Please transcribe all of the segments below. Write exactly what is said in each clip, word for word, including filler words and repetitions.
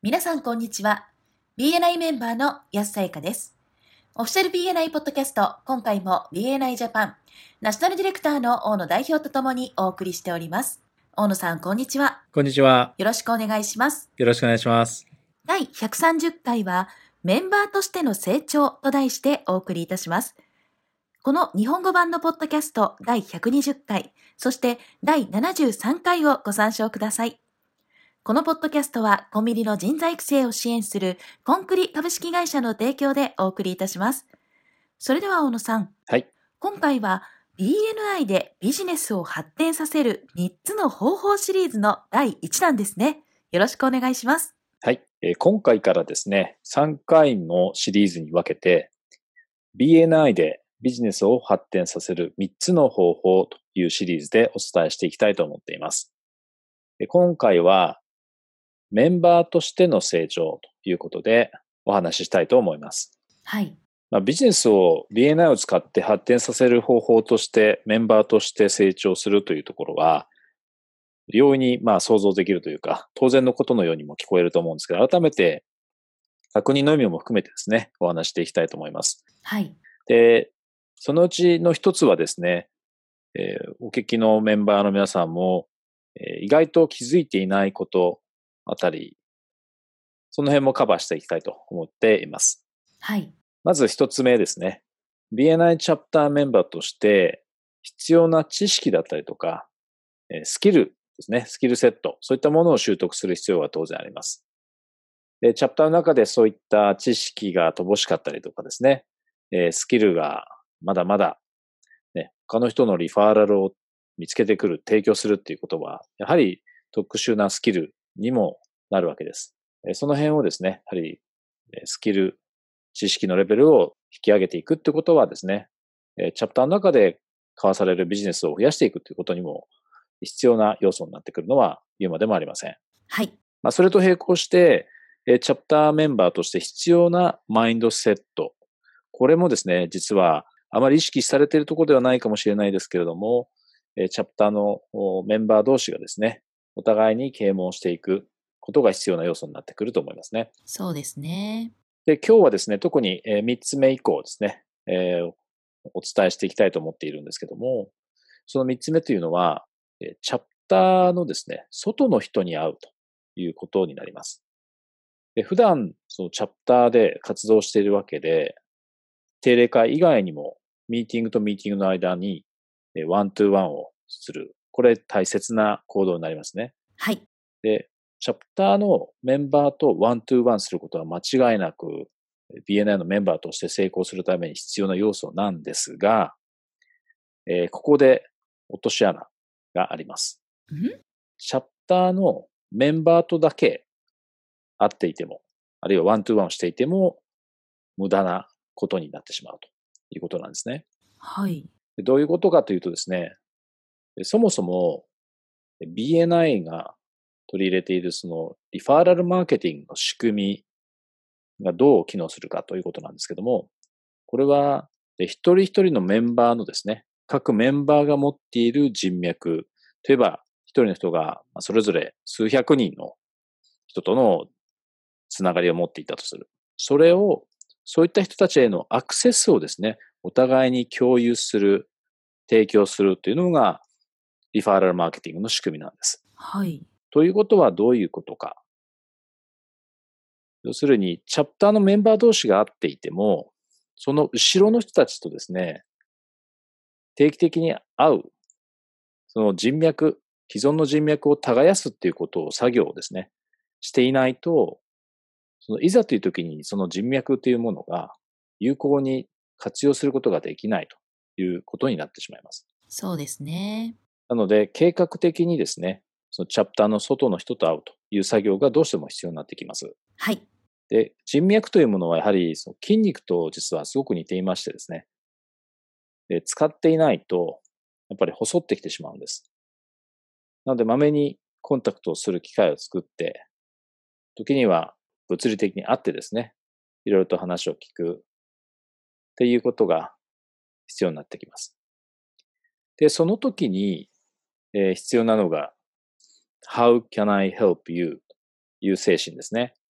皆さんこんにちは。ビーエヌアイ メンバーの安さゆかです。オフィシャル ビーエヌアイ ポッドキャスト、今回も ビーエヌアイ ジャパン、ナショナルディレクターの大野代表とともにお送りしております。大野さん、こんにちは。 こんにちは。 よろしくお願いします。 よろしくお願いします。 だいひゃくさんじゅっかいは、メンバーとしての成長と題してお送りいたします。この日本語版のポッドキャストだいひゃくにじゅっかい、そしてだいななじゅうさんかいをご参照ください。このポッドキャストはコンビニの人材育成を支援するコンクリ株式会社の提供でお送りいたします。それでは大野さん。 はい。 今回は ビーエヌアイ でビジネスを発展させるみっつの方法シリーズのだいいちだんですね。よろしくお願いします。 はい。えー、今回からですね、さんかいのシリーズに分けて ビーエヌアイ でビジネスを発展させるみっつの方法というシリーズでお伝えしていきたいと思っています。で、今回はメンバーとしての成長ということでお話ししたいと思います。 はい。 まあ、ビジネスを ビーエヌアイ を使って発展させる方法としてメンバーとして成長するというところは容易にまあ想像できるというか当然のことのようにも聞こえると思うんですけど、改めて確認の意味も含めてですね、お話していきたいと思います。 はい。 で、そのうちの一つはですね、えー、お聞きのメンバーの皆さんも、えー、意外と気づいていないことあたり、その辺もカバーしていきたいと思っています。 はい。 まず一つ目ですね。ビーエヌアイ チャプターメンバーとして必要な知識だったりとか、えー、スキルですね、スキルセット、そういったものを習得する必要が当然あります。で、チャプターの中でそういった知識が乏しかったりとかですね、えー、スキルがまだまだ、ね、他の人のリファーラルを見つけてくる、提供するっていうことは、やはり特殊なスキルにもなるわけです。えー、その辺をですね、やはりスキル、知識のレベルを引き上げていくってことはですね、えー、チャプターの中で交わされるビジネスを増やしていくということにも必要な要素になってくるのは言うまでもありません。 はい。 まあ、それと並行して、えチャプターメンバーとして必要なマインドセット。これもですね、実はあまり意識されているところではないかもしれないですけれども、えチャプターのメンバー同士がですね、お互いに啓蒙していくことが必要な要素になってくると思いますね。 そうですね。 で、今日はですね、特にみっつめ以降ですね、えー、お伝えしていきたいと思っているんですけども、そのみっつめというのは、チャプターのですね、外の人に会うということになります。で、普段、そのチャプターで活動しているわけで、定例会以外にも、ミーティングとミーティングの間に、ワントゥーワンをする。これ大切な行動になりますね。 はい。 で、チャプターのメンバーとワントゥーワンすることは間違いなく、ビーエヌアイ のメンバーとして成功するために必要な要素なんですが、えー、ここで落とし穴があります。チャプターのメンバーとだけ会っていても、あるいはワントゥーワンをしていても、無駄なことになってしまうということなんですね。 はい。 どういうことかというとですね、そもそも ビーエヌアイ が取り入れているそのリファーラルマーケティングの仕組みがどう機能するかということなんですけども、これは一人一人のメンバーのですね、各メンバーが持っている人脈、例えば一人の人がそれぞれ数百人の人とのつながりを持っていたとする。それを、そういった人たちへのアクセスをですね、お互いに共有する、提供するというのが、リファーラルマーケティングの仕組みなんです。 はい。 ということはどういうことか。要するに、チャプターのメンバー同士が会っていても、その後ろの人たちとですね、定期的に会う、その人脈、既存の人脈を耕すっていうことを、作業をですね、していないと、そのいざという時にその人脈というものが有効に活用することができないということになってしまいます。 そうですね。 なので、計画的にですね、そのチャプターの外の人と会うという作業がどうしても必要になってきます。 はい。 で、人脈というものはやはりその筋肉と実はすごく似ていましてですね、で使っていないとやっぱり細ってきてしまうんです。なので、まめにコンタクトをする機会を作って、時には物理的に会ってですね、いろいろと話を聞くっていうことが必要になってきます。で、その時に、えー、必要なのが How can I help you? という精神ですね。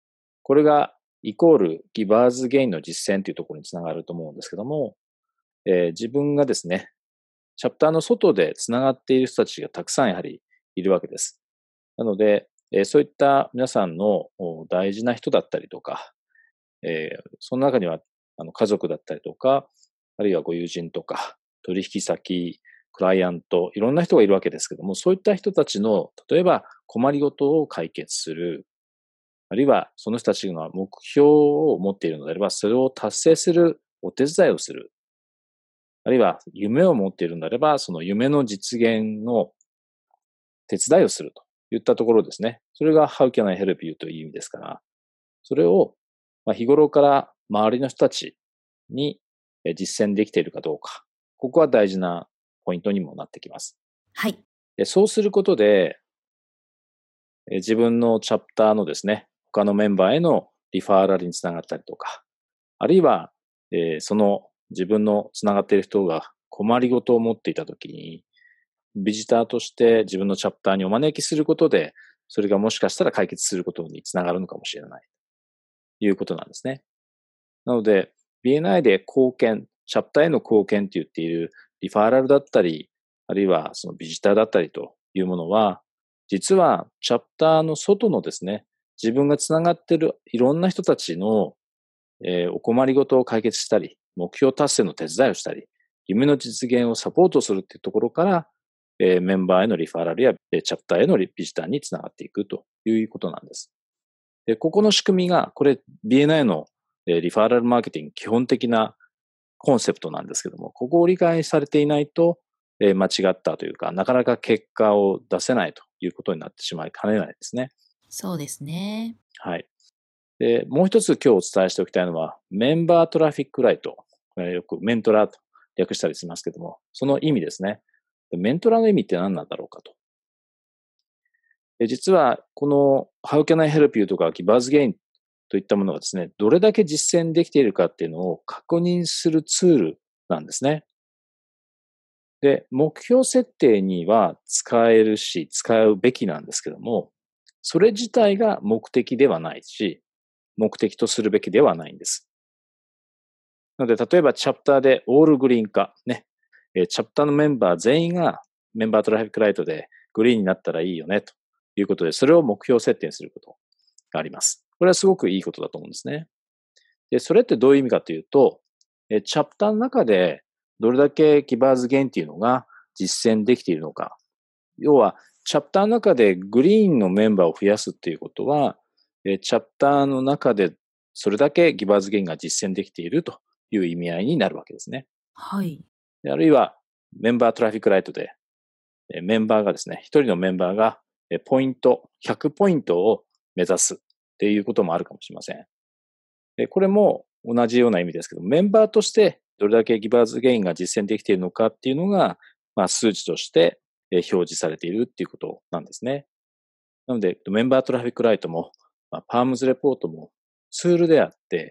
これがイコールギバーズゲインの実践というところにつながると思うんですけども、えー、自分がですね、チャプターの外でつながっている人たちがたくさんやはりいるわけです。なので、えー、そういった皆さんの大事な人だったりとか、えー、その中にはあの家族だったりとか、あるいはご友人とか、取引先、クライアント、いろんな人がいるわけですけども、そういった人たちの、例えば困りごとを解決する、あるいはその人たちが目標を持っているのであれば、それを達成するお手伝いをする。あるいは夢を持っているのであれば、その夢の実現の手伝いをするといったところですね。それが How can I help you という意味ですから、それを日頃から周りの人たちに実践できているかどうか。ここは大事なポイントにもなってきます。 はい。 そうすることで、自分のチャプターのですね、他のメンバーへのリファーラルにつながったりとか、あるいは、えー、その自分のつながっている人が困りごとを持っていたときに、ビジターとして自分のチャプターにお招きすることで、それがもしかしたら解決することにつながるのかもしれないということなんですね。なので、ビーエヌアイ で貢献、チャプターへの貢献と言っているリファーラルだったり、あるいはそのビジターだったりというものは、実はチャプターの外のですね、自分がつながっているいろんな人たちの、えー、お困りごとを解決したり、目標達成の手伝いをしたり、夢の実現をサポートするっていうところから、えー、メンバーへのリファーラルやチャプターへのビジターにつながっていくということなんです。で、ここの仕組みが、これ ビーエヌアイ のリファーラルマーケティング基本的なコンセプトなんですけども、ここを理解されていないと、えー、間違ったというか、なかなか結果を出せないということになってしまいかねないですね。 そうですね。 はい。で、もう一つ今日お伝えしておきたいのは、メンバートラフィックライト。これよくメントラと略したりしますけども、その意味ですね。メントラの意味って何なんだろうかと。で実は、この How can I help you とか Givers Gain といったものがですね、どれだけ実践できているかっていうのを確認するツールなんですね。で、目標設定には使えるし、使うべきなんですけども、それ自体が目的ではないし、目的とするべきではないんです。なので、例えばチャプターでオールグリーン化、ね、チャプターのメンバー全員がメンバートラフィックライトでグリーンになったらいいよね、ということで、それを目標設定することがあります。これはすごくいいことだと思うんですね。で、それってどういう意味かというと、チャプターの中でどれだけギバーズゲインっていうのが実践できているのか。要は、チャプターの中でグリーンのメンバーを増やすっていうことは、チャプターの中でそれだけギバーズゲインが実践できているという意味合いになるわけですね。 はい。 あるいは、メンバートラフィックライトで、メンバーがですね、一人のメンバーがポイント、ひゃくポイントを目指すっていうこともあるかもしれません。これも同じような意味ですけど、メンバーとしてどれだけギバーズゲインが実践できているのかっていうのが、まあ、数値として表示されているっていうことなんですね。なので、メンバートラフィックライトも、まあ、パームズレポートもツールであって、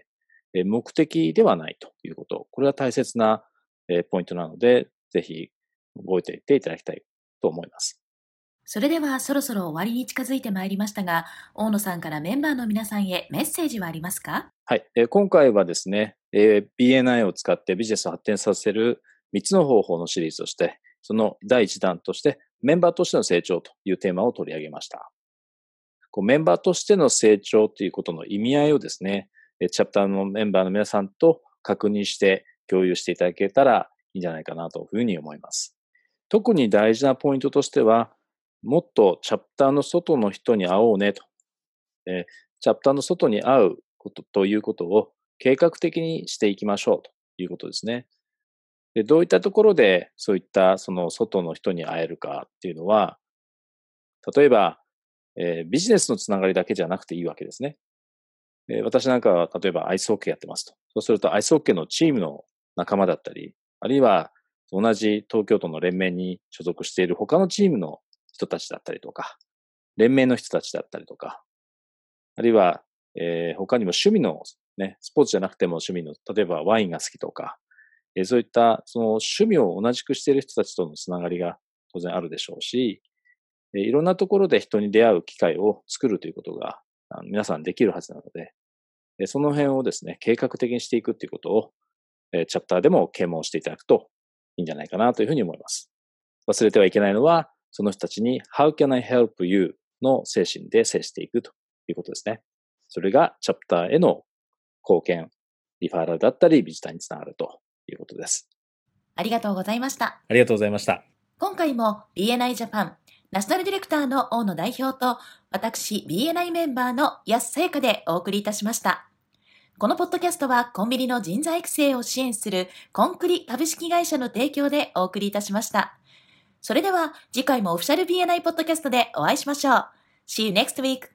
目的ではないということ。これは大切なポイントなので、ぜひ覚えていっていただきたいと思います。 それではそろそろ終わりに近づいてまいりましたが、大野さんからメンバーの皆さんへメッセージはありますか？ はい。今回はですね、ビーエヌアイ を使ってビジネスを発展させるみっつの方法のシリーズとして、そのだいいちだんとしてメンバーとしての成長というテーマを取り上げました。こうメンバーとしての成長ということの意味合いをですね、チャプターのメンバーの皆さんと確認して共有していただけたらいいんじゃないかなというふうに思います。特に大事なポイントとしては、もっとチャプターの外の人に会おうねと。えチャプターの外に会うことということを計画的にしていきましょうということですね。でどういったところでそういったその外の人に会えるかっていうのは、例えば、えー、ビジネスのつながりだけじゃなくていいわけですね。えー、私なんかは例えばアイスホッケーやってますと。そうするとアイスホッケーのチームの仲間だったり、あるいは同じ東京都の連盟に所属している他のチームの人たちだったりとか、連盟の人たちだったりとか、あるいは、えー、他にも趣味のね、スポーツじゃなくても趣味の、例えばワインが好きとか、えー、そういったその趣味を同じくしている人たちとのつながりが当然あるでしょうし、えー、いろんなところで人に出会う機会を作るということが皆さんできるはずなので、 その辺をですね、計画的にしていくっていうことを、チャプターでも啓蒙していただくといいんじゃないかなというふうに思います。忘れてはいけないのは、その人たちに How can I help you? の精神で接していくということですね。それがチャプターへの貢献、リファーラルだったりビジターにつながるということです。 ありがとうございました。 ありがとうございました。 今回も ビーエヌアイ ジャパンナショナルディレクターの大野代表と私 ビーエヌアイ メンバーの安さやかでお送りいたしました。このポッドキャストはコンビニの人材育成を支援するコンクリ株式会社の提供でお送りいたしました。それでは次回もオフィシャル ビーエヌアイ ポッドキャストでお会いしましょう。See you next week!